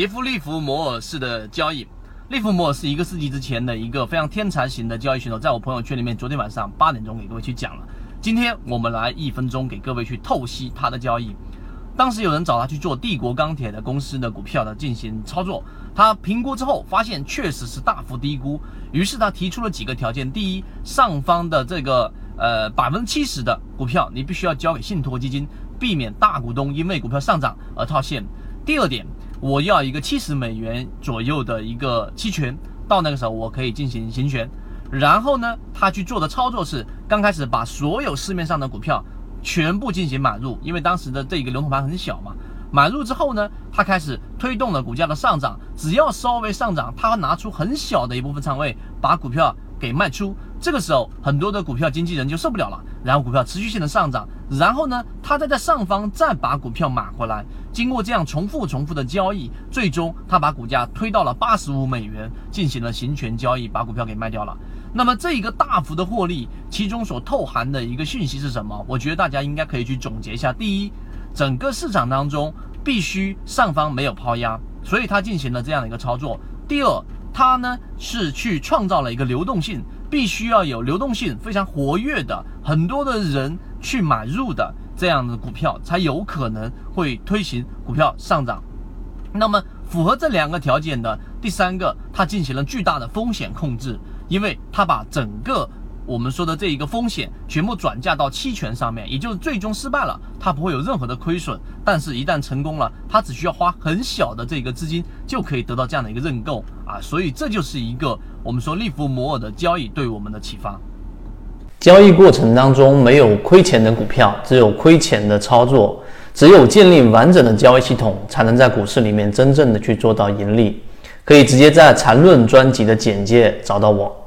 利弗摩尔式的交易。利弗摩尔是1个世纪之前的一个非常天才型的交易选手，在我朋友圈里面昨天晚上8点钟给各位去讲了。今天我们来1分钟给各位去透析他的交易。当时有人找他去做帝国钢铁的公司的股票的进行操作，他评估之后发现确实是大幅低估，于是他提出了几个条件：第一，上方的这个70%的股票你必须要交给信托基金，避免大股东因为股票上涨而套现；第二点，我要一个70美元左右的一个期权，到那个时候我可以进行行权。然后呢，他去做的操作是刚开始把所有市面上的股票全部进行买入，因为当时的这个流通盘很小嘛。买入之后呢，他开始推动了股价的上涨，只要稍微上涨，他拿出很小的一部分仓位，把股票给卖出。这个时候很多的股票经纪人就受不了了，然后股票持续性的上涨，然后呢，他再在上方再把股票买回来，经过这样重复的交易，最终他把股价推到了85美元，进行了行权交易，把股票给卖掉了。那么这一个大幅的获利，其中所透含的一个讯息是什么？我觉得大家应该可以去总结一下。第一，整个市场当中必须上方没有抛压，所以他进行了这样的一个操作。第二，他呢是去创造了一个流动性，必须要有流动性非常活跃的，很多的人去买入的这样的股票，才有可能会推行股票上涨。那么符合这2个条件的第3个，他进行了巨大的风险控制，因为他把整个我们说的这一个风险全部转嫁到期权上面，也就是最终失败了，他不会有任何的亏损，但是一旦成功了，他只需要花很小的这个资金就可以得到这样的一个认购啊，所以这就是一个我们说利弗摩尔的交易对我们的启发。 交易过程当中没有亏钱的股票，只有亏钱的操作，只有建立完整的交易系统，才能在股市里面真正的去做到盈利。可以直接在缠论专辑的简介找到我。